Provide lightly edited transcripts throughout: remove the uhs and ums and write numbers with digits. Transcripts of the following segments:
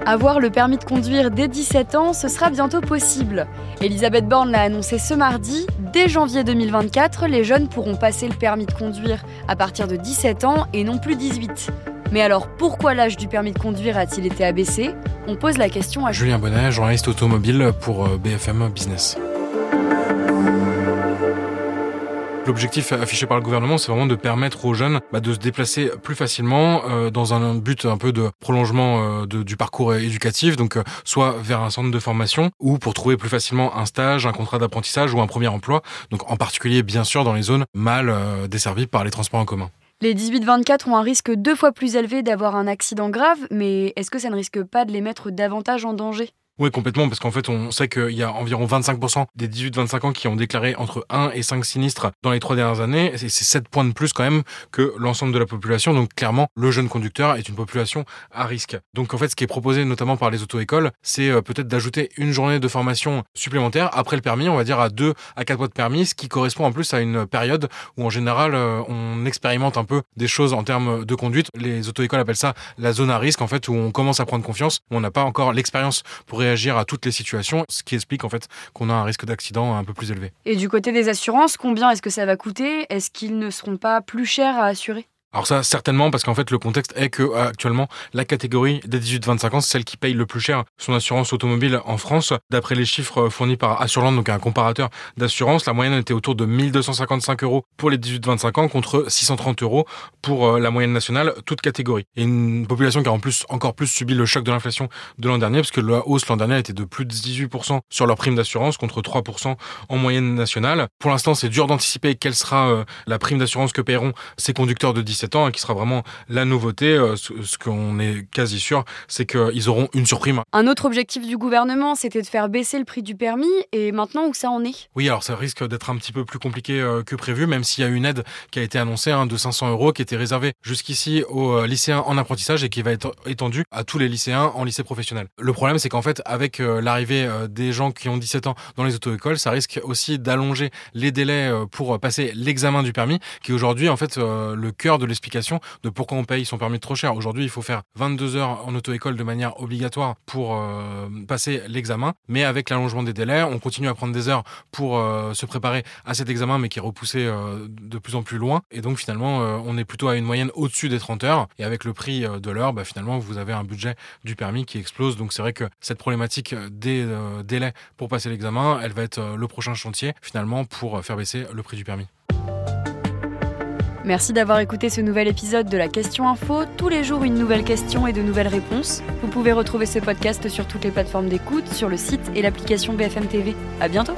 Avoir le permis de conduire dès 17 ans, ce sera bientôt possible. Elisabeth Borne l'a annoncé ce mardi. Dès janvier 2024, les jeunes pourront passer le permis de conduire à partir de 17 ans et non plus 18. Mais alors, pourquoi l'âge du permis de conduire a-t-il été abaissé ? On pose la question à Julien Bonnet, journaliste automobile pour BFM Business. L'objectif affiché par le gouvernement, c'est vraiment de permettre aux jeunes de se déplacer plus facilement dans un but un peu de prolongement du parcours éducatif, donc soit vers un centre de formation ou pour trouver plus facilement un stage, un contrat d'apprentissage ou un premier emploi, donc en particulier bien sûr dans les zones mal desservies par les transports en commun. Les 18-24 ont un risque 2 fois plus élevé d'avoir un accident grave, mais est-ce que ça ne risque pas de les mettre davantage en danger ? Oui, complètement, parce qu'en fait, on sait qu'il y a environ 25% des 18-25 ans qui ont déclaré entre 1 et 5 sinistres dans les 3 dernières années. Et c'est 7 points de plus quand même que l'ensemble de la population. Donc clairement, le jeune conducteur est une population à risque. Donc en fait, ce qui est proposé notamment par les auto-écoles, c'est peut-être d'ajouter une journée de formation supplémentaire après le permis, on va dire à 2 à 4 mois de permis, ce qui correspond en plus à une période où en général, on expérimente un peu des choses en termes de conduite. Les auto-écoles appellent ça la zone à risque, en fait, où on commence à prendre confiance, où on n'a pas encore l'expérience pour réagir à toutes les situations, ce qui explique en fait qu'on a un risque d'accident un peu plus élevé. Et du côté des assurances, combien est-ce que ça va coûter ? Est-ce qu'ils ne seront pas plus chers à assurer ? Alors ça, certainement, parce qu'en fait, le contexte est que actuellement, la catégorie des 18-25 ans, c'est celle qui paye le plus cher son assurance automobile en France. D'après les chiffres fournis par Assurland, donc un comparateur d'assurance, la moyenne était autour de 1 255 € pour les 18-25 ans contre 630 € pour la moyenne nationale, toute catégorie. Et une population qui a en plus encore plus subi le choc de l'inflation de l'an dernier, parce que la hausse l'an dernier était de plus de 18% sur leur prime d'assurance contre 3% en moyenne nationale. Pour l'instant, c'est dur d'anticiper quelle sera la prime d'assurance que paieront ces conducteurs de 17 ans, qui sera vraiment la nouveauté. Ce qu'on est quasi sûr, c'est qu'ils auront une surprime. Un autre objectif du gouvernement, c'était de faire baisser le prix du permis, et maintenant où ça en est ? Oui, alors ça risque d'être un petit peu plus compliqué que prévu, même s'il y a une aide qui a été annoncée de 500 € qui était réservée jusqu'ici aux lycéens en apprentissage et qui va être étendue à tous les lycéens en lycée professionnel. Le problème, c'est qu'en fait, avec l'arrivée des gens qui ont 17 ans dans les auto-écoles, ça risque aussi d'allonger les délais pour passer l'examen du permis, qui est aujourd'hui en fait le cœur de l'explication de pourquoi on paye son permis trop cher. Aujourd'hui, il faut faire 22 heures en auto-école de manière obligatoire pour passer l'examen, mais avec l'allongement des délais, on continue à prendre des heures pour se préparer à cet examen, mais qui est repoussé de plus en plus loin. Et donc finalement, on est plutôt à une moyenne au-dessus des 30 heures. Et avec le prix de l'heure, finalement, vous avez un budget du permis qui explose. Donc c'est vrai que cette problématique des délais pour passer l'examen, elle va être le prochain chantier, finalement, pour faire baisser le prix du permis. Merci d'avoir écouté ce nouvel épisode de la Question Info. Tous les jours, une nouvelle question et de nouvelles réponses. Vous pouvez retrouver ce podcast sur toutes les plateformes d'écoute, sur le site et l'application BFM TV. À bientôt.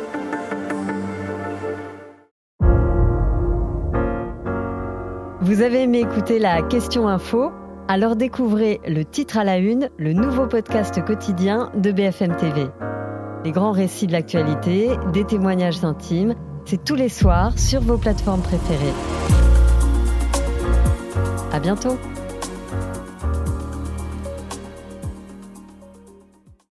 Vous avez aimé écouter la Question Info ? Alors découvrez le titre à la une, le nouveau podcast quotidien de BFM TV. Les grands récits de l'actualité, des témoignages intimes, c'est tous les soirs sur vos plateformes préférées. À bientôt.